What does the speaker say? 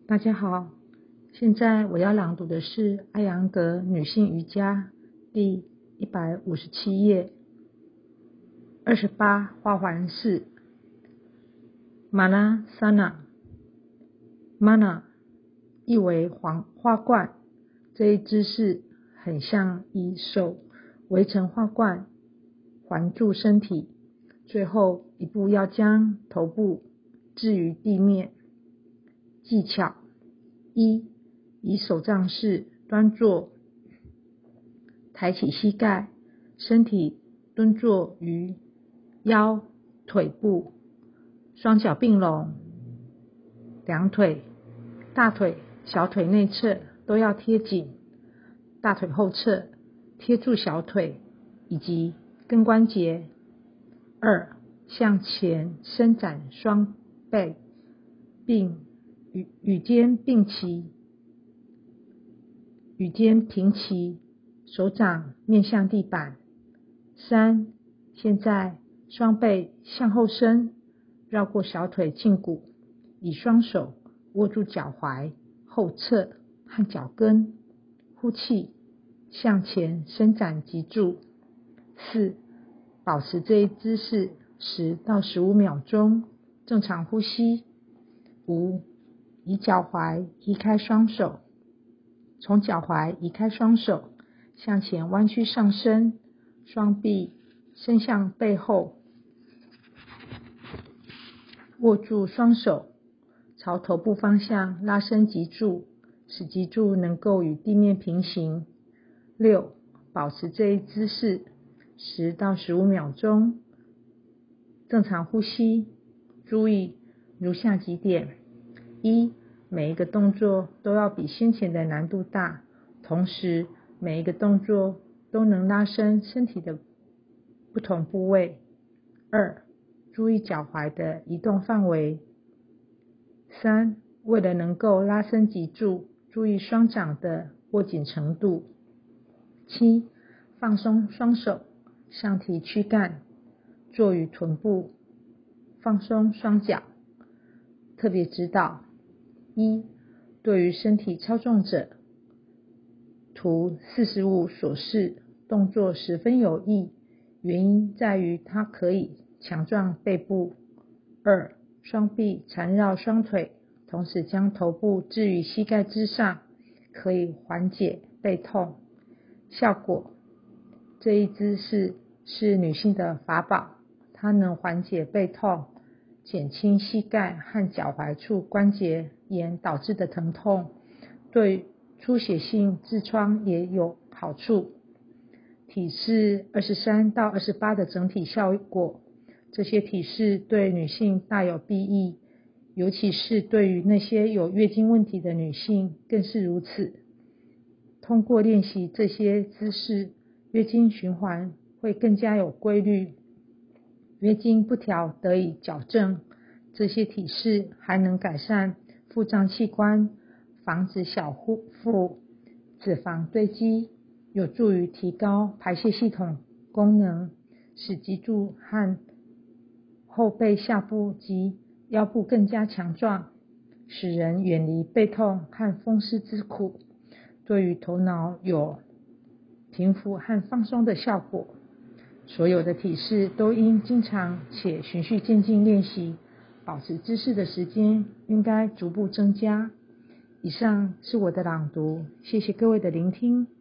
大家好，现在我要朗读的是艾扬格女性瑜伽第157页28花环式 Manasana。 Mana 意为花冠，这一姿势很像以手围成花冠环住身体，最后一步要将头部置于地面。技巧：1. 以手杖式端坐，抬起膝盖，身体蹲坐于腰腿部，双脚并拢，两腿、大腿、小腿内侧都要贴紧，大腿后侧贴住小腿以及跟关节。2. 向前伸展双背，并与肩并齐，与肩平齐，手掌面向地板。3. 现在双背向后伸，绕过小腿胫骨，以双手握住脚踝后侧和脚跟，呼气，向前伸展脊柱。4. 保持这一姿势10到15秒钟，正常呼吸。5. 以脚踝移开双手，从脚踝移开双手，向前弯曲上身，双臂伸向背后，握住双手，朝头部方向拉伸脊柱，使脊柱能够与地面平行。6. 保持这一姿势10到15秒钟，正常呼吸。注意如下几点：1. 每一个动作都要比先前的难度大，同时每一个动作都能拉伸身体的不同部位。2. 注意脚踝的移动范围。3. 为了能够拉伸脊柱，注意双掌的握紧程度。7. 放松双手，上提躯干，坐于臀部，放松双脚。特别指导：1. 对于身体超重者，图45所示动作十分有益，原因在于它可以强壮背部。2. 双臂缠绕双腿，同时将头部置于膝盖之上，可以缓解背痛。效果：这一姿势是女性的法宝，它能缓解背痛，减轻膝盖和脚踝处关节炎导致的疼痛，对出血性痔疮也有好处。体式23到28的整体效果，这些体式对女性大有裨益，尤其是对于那些有月经问题的女性更是如此。通过练习这些姿势，月经循环会更加有规律，月经不调得以矫正。这些体式还能改善腹脏器官，防止小腹脂肪堆积，有助于提高排泄系统功能，使脊柱和后背下部及腰部更加强壮，使人远离背痛和风湿之苦，对于头脑有平复和放松的效果。所有的体式都应经常且循序渐进练习，保持姿势的时间应该逐步增加。以上是我的朗读，谢谢各位的聆听。